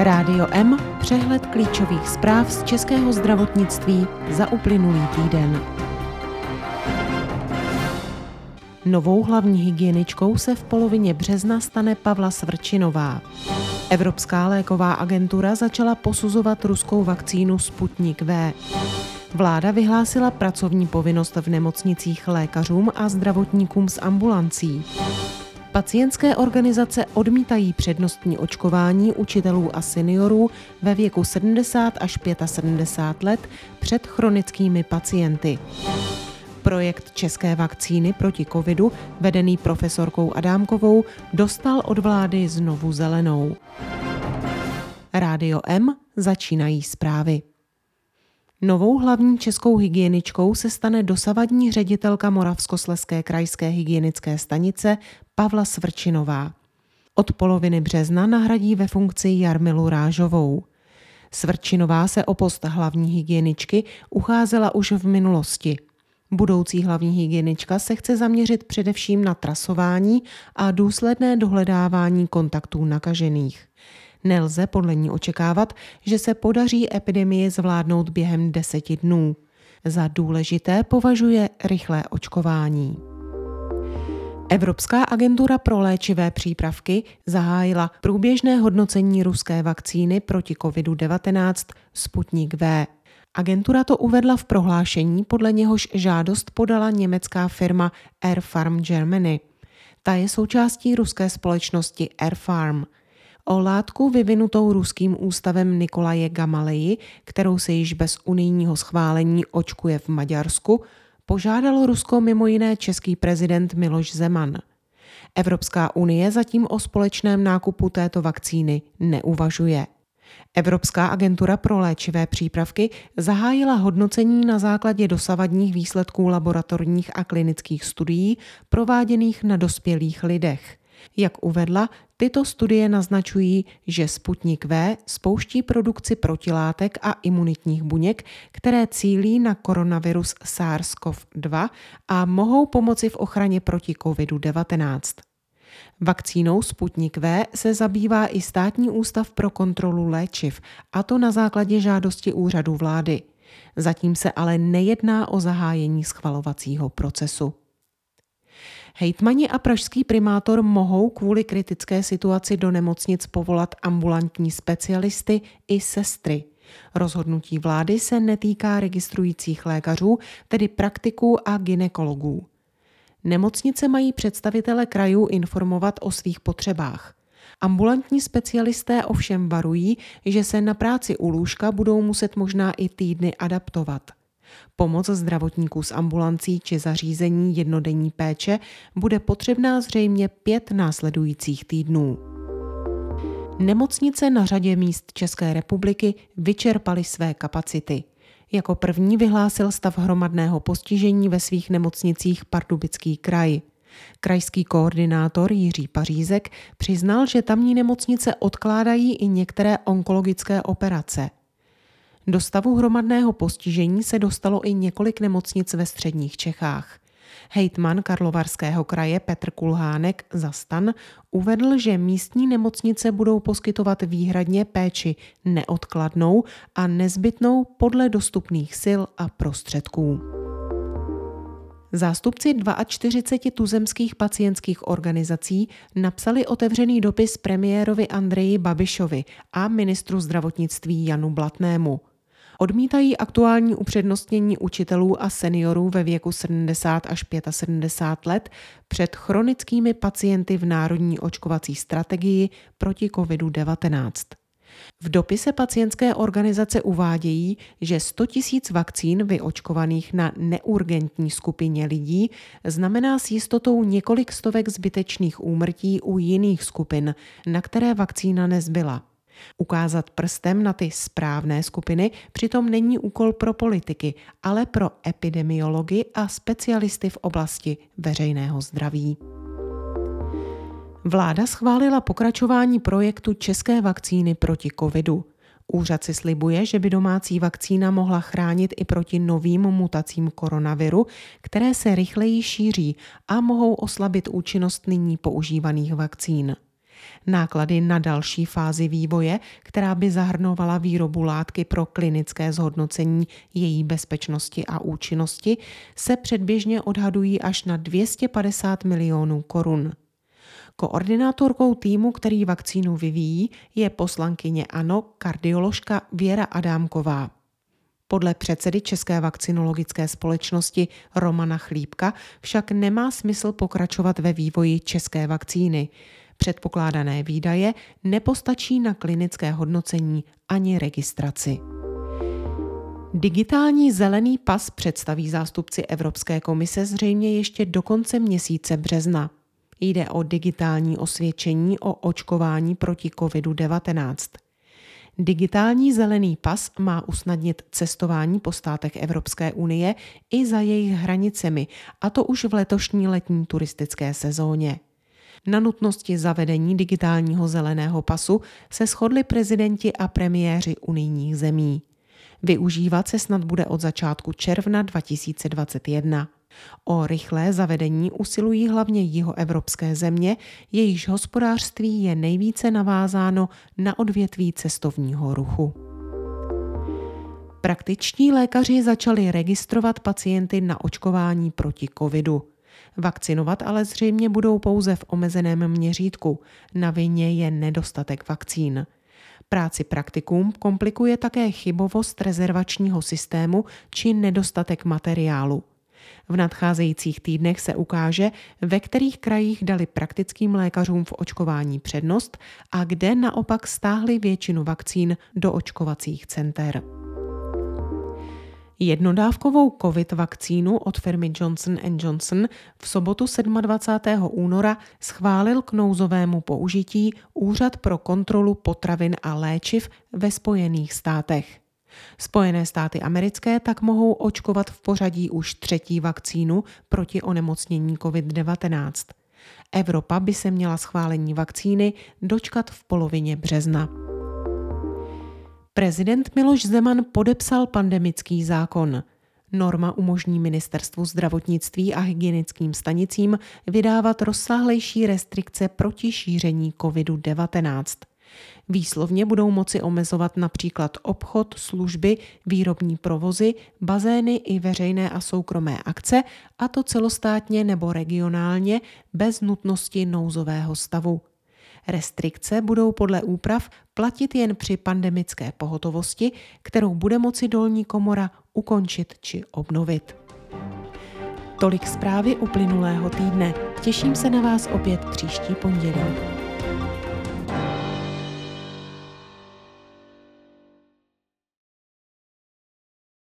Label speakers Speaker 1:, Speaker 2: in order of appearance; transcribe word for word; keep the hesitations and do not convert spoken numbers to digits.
Speaker 1: Rádio M, přehled klíčových zpráv z českého zdravotnictví za uplynulý týden. Novou hlavní hygieničkou se v polovině března stane Pavla Svrčinová. Evropská léková agentura začala posuzovat ruskou vakcínu Sputnik V. Vláda vyhlásila pracovní povinnost v nemocnicích lékařům a zdravotníkům z ambulancí. Pacientské organizace odmítají přednostní očkování učitelů a seniorů ve věku sedmdesát až sedmdesát pět let před chronickými pacienty. Projekt české vakcíny proti covidu, vedený profesorkou Adámkovou, dostal od vlády znovu zelenou. Rádio M, začínají zprávy. Novou hlavní českou hygieničkou se stane dosavadní ředitelka Moravskoslezské krajské hygienické stanice Pavla Svrčinová. Od poloviny března nahradí ve funkci Jarmilu Rážovou. Svrčinová se o post hlavní hygieničky ucházela už v minulosti. Budoucí hlavní hygienička se chce zaměřit především na trasování a důsledné dohledávání kontaktů nakažených. Nelze podle ní očekávat, že se podaří epidemii zvládnout během deseti dnů. Za důležité považuje rychlé očkování. Evropská agentura pro léčivé přípravky zahájila průběžné hodnocení ruské vakcíny proti covidu devatenáct Sputnik V. Agentura to uvedla v prohlášení, podle něhož žádost podala německá firma Air Farm Germany. Ta je součástí ruské společnosti Air Farm. O látku vyvinutou ruským ústavem Nikolaje Gamaleji, kterou se již bez unijního schválení očkuje v Maďarsku, požádalo Rusko mimo jiné český prezident Miloš Zeman. Evropská unie zatím o společném nákupu této vakcíny neuvažuje. Evropská agentura pro léčivé přípravky zahájila hodnocení na základě dosavadních výsledků laboratorních a klinických studií prováděných na dospělých lidech. Jak uvedla, tyto studie naznačují, že Sputnik V spouští produkci protilátek a imunitních buněk, které cílí na koronavirus SARS-C o V dva a mohou pomoci v ochraně proti covidu devatenáct. Vakcínou Sputnik V se zabývá i Státní ústav pro kontrolu léčiv, a to na základě žádosti úřadu vlády. Zatím se ale nejedná o zahájení schvalovacího procesu. Hejtmani a pražský primátor mohou kvůli kritické situaci do nemocnic povolat ambulantní specialisty i sestry. Rozhodnutí vlády se netýká registrujících lékařů, tedy praktiků a gynekologů. Nemocnice mají představitele krajů informovat o svých potřebách. Ambulantní specialisté ovšem varují, že se na práci u lůžka budou muset možná i týdny adaptovat. Pomoc zdravotníků z ambulancí či zařízení jednodenní péče bude potřebná zřejmě pět následujících týdnů. Nemocnice na řadě míst České republiky vyčerpaly své kapacity. Jako první vyhlásil stav hromadného postižení ve svých nemocnicích Pardubický kraj. Krajský koordinátor Jiří Pařízek přiznal, že tamní nemocnice odkládají i některé onkologické operace. Do stavu hromadného postižení se dostalo i několik nemocnic ve středních Čechách. Hejtman Karlovarského kraje Petr Kulhánek za STAN uvedl, že místní nemocnice budou poskytovat výhradně péči neodkladnou a nezbytnou podle dostupných sil a prostředků. Zástupci čtyřiceti dvou tuzemských pacientských organizací napsali otevřený dopis premiérovi Andreji Babišovi a ministru zdravotnictví Janu Blatnému. Odmítají aktuální upřednostnění učitelů a seniorů ve věku sedmdesát až sedmdesát pět let před chronickými pacienty v národní očkovací strategii proti covidu devatenáct. V dopise pacientské organizace uvádějí, že sto tisíc vakcín vyočkovaných na neurgentní skupině lidí znamená s jistotou několik stovek zbytečných úmrtí u jiných skupin, na které vakcína nezbyla. Ukázat prstem na ty správné skupiny přitom není úkol pro politiky, ale pro epidemiology a specialisty v oblasti veřejného zdraví. Vláda schválila pokračování projektu české vakcíny proti covidu. Úřad si slibuje, že by domácí vakcína mohla chránit i proti novým mutacím koronaviru, které se rychleji šíří a mohou oslabit účinnost nyní používaných vakcín. Náklady na další fázi vývoje, která by zahrnovala výrobu látky pro klinické zhodnocení její bezpečnosti a účinnosti, se předběžně odhadují až na dvě stě padesát milionů korun. Koordinátorkou týmu, který vakcínu vyvíjí, je poslankyně ANO kardioložka Věra Adámková. Podle předsedy České vakcinologické společnosti Romana Chlípka však nemá smysl pokračovat ve vývoji české vakcíny. Předpokládané výdaje nepostačí na klinické hodnocení ani registraci. Digitální zelený pas představí zástupci Evropské komise zřejmě ještě do konce měsíce března. Jde o digitální osvědčení o očkování proti kovidu devatenáct. Digitální zelený pas má usnadnit cestování po státech Evropské unie i za jejich hranicemi, a to už v letošní letní turistické sezóně. Na nutnosti zavedení digitálního zeleného pasu se shodli prezidenti a premiéři unijních zemí. Využívat se snad bude od začátku června dva tisíce dvacet jedna. O rychlé zavedení usilují hlavně jihoevropské země, jejichž hospodářství je nejvíce navázáno na odvětví cestovního ruchu. Praktičtí lékaři začali registrovat pacienty na očkování proti covidu. Vakcinovat ale zřejmě budou pouze v omezeném měřítku. Na vině je nedostatek vakcín. Práci praktikům komplikuje také chybovost rezervačního systému či nedostatek materiálu. V nadcházejících týdnech se ukáže, ve kterých krajích dali praktickým lékařům v očkování přednost a kde naopak stáhli většinu vakcín do očkovacích center. Jednodávkovou covid vakcínu od firmy Johnson and Johnson v sobotu dvacátého sedmého února schválil k nouzovému použití Úřad pro kontrolu potravin a léčiv ve Spojených státech. Spojené státy americké tak mohou očkovat v pořadí už třetí vakcínu proti onemocnění covid devatenáct. Evropa by se měla schválení vakcíny dočkat v polovině března. Prezident Miloš Zeman podepsal pandemický zákon. Norma umožní Ministerstvu zdravotnictví a hygienickým stanicím vydávat rozsáhlejší restrikce proti šíření kovidu devatenáct. Výslovně budou moci omezovat například obchod, služby, výrobní provozy, bazény i veřejné a soukromé akce, a to celostátně nebo regionálně bez nutnosti nouzového stavu. Restrikce budou podle úprav platit jen při pandemické pohotovosti, kterou bude moci dolní komora ukončit či obnovit. Tolik zprávy uplynulého týdne. Těším se na vás opět příští pondělí.